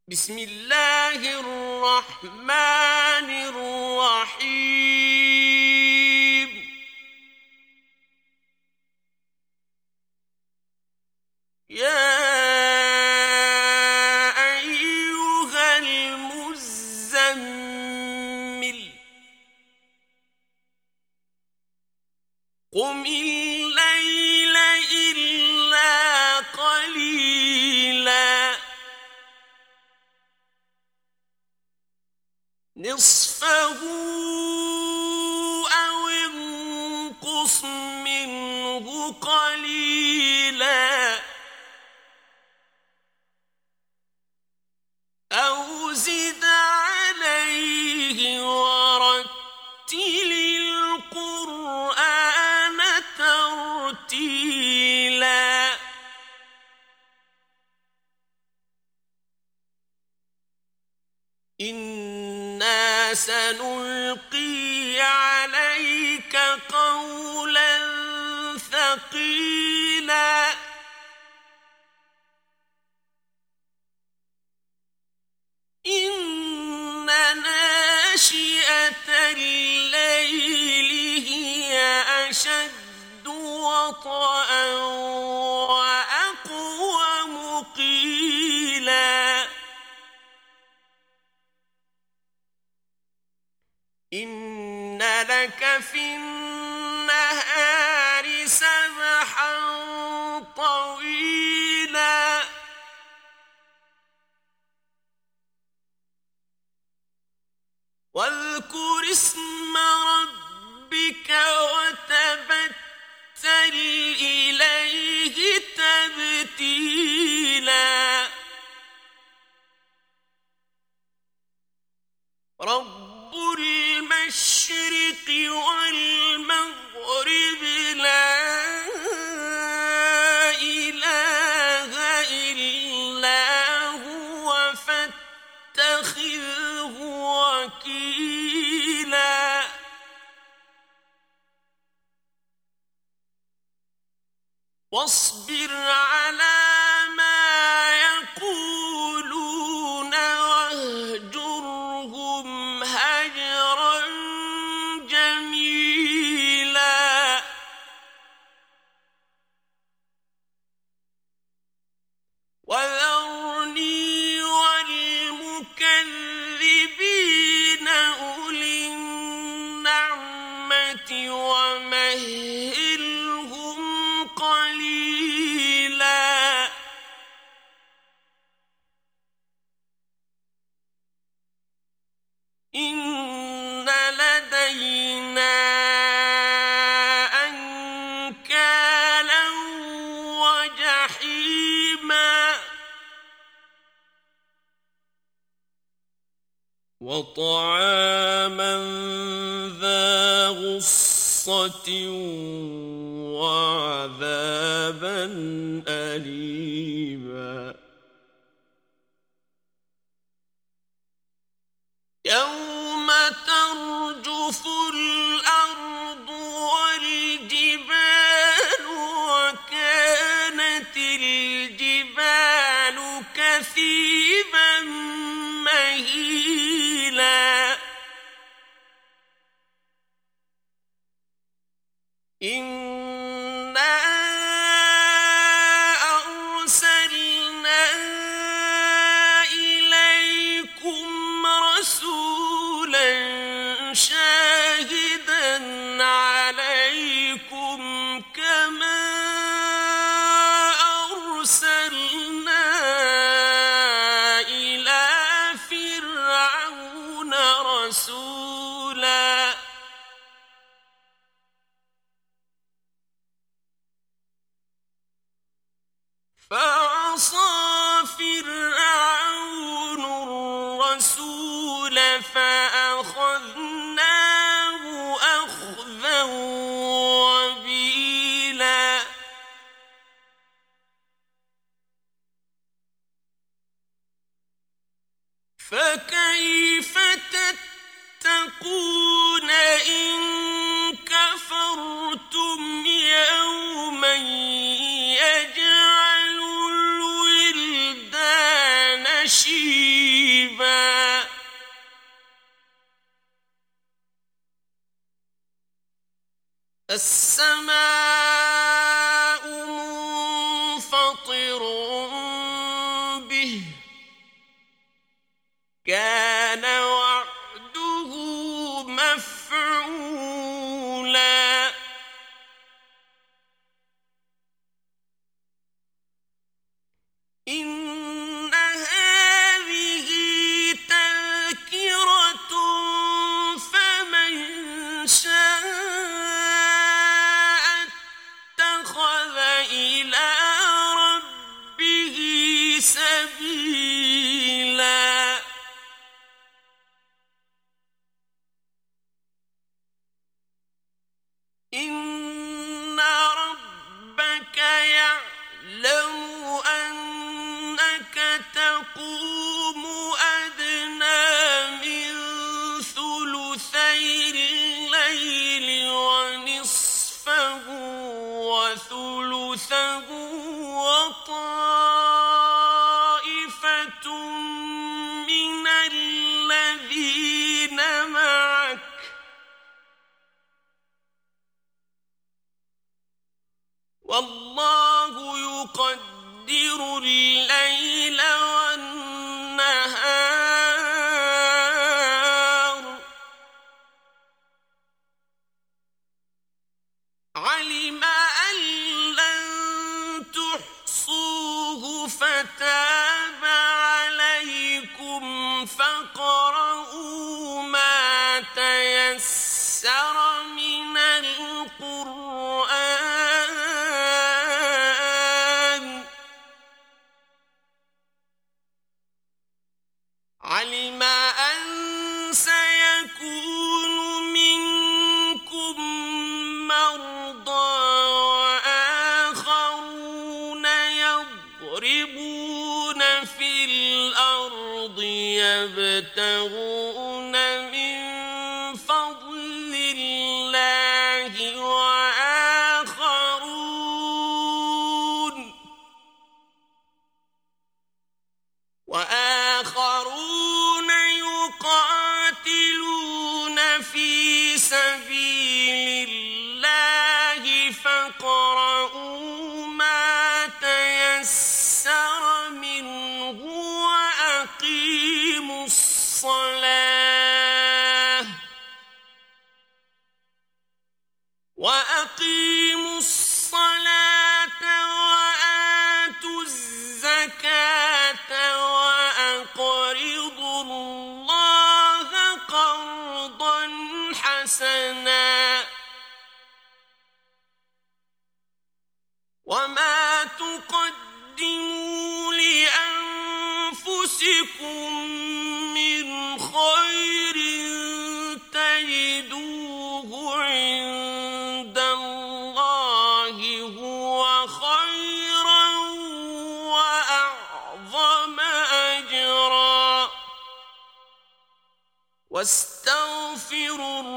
بسم الله الرحمن الرحيم. يا أيها المزمل قم الليل إلا قليلا نصفه أو انقص منه قليلا أو زد عليه ورتل القرآن ترتيلا إنا سنلقي عليك قولا ثقيلا إن ناشئة الليل هي أشد وطئا وأقوم قيلا إن لك في النهار سبحا طويلا واذكر اسم ربك وتبتل إليه تبتيلا رب المشرق والمغرب لا إله إلا هو فاتخذه وكيلا واصبر على ما يقولون واهجرهم هجرا جميلا وذرني والمكذبين أولي النعمة ومهلهم قليلا إن لدينا أنكالا وجحيما وطعاما ذا غصة وعذابا أليما يوم ترجف الأرض والجبال وكانت الجبال كثيبا مهيلا إنا أرسلنا إليكم رسولا شاهدا عليكم كما أرسلنا إلى فرعون رسولا فعصى فرعون الرسول فأخذناه أخذا وبيلا فكيف تتقون إن كفرتم يوما يجعل الولدان شيبا السماء منفطر به كان وعده مفعولا إن هذه تذكرة فمن شاء اتخذ إلى ربه سبيلا إن ربك يعلم أنك تقوم أدنى من ثلثي الليل ونصفه وثلثه وطائفة من الذين معك والله يقدر الليل والنهار علم أن لن تحصوه فتاب عليكم فاقرؤوا ما تيسر من القرآن علم أن سيكون منكم مرضى وآخرون يضربون في الأرض يبتغون من فضل الله وآخرون يقاتلون في سبيل الله فاقرؤوا ما تيسر منه وأقيموا الصلاة وآتوا الزكاة وأقرضوا الله قرضا حسنا وما تقدموا لأنفسكم من خير تجدوه عند الله هو خيرا وأعظم أجرا واستغفروا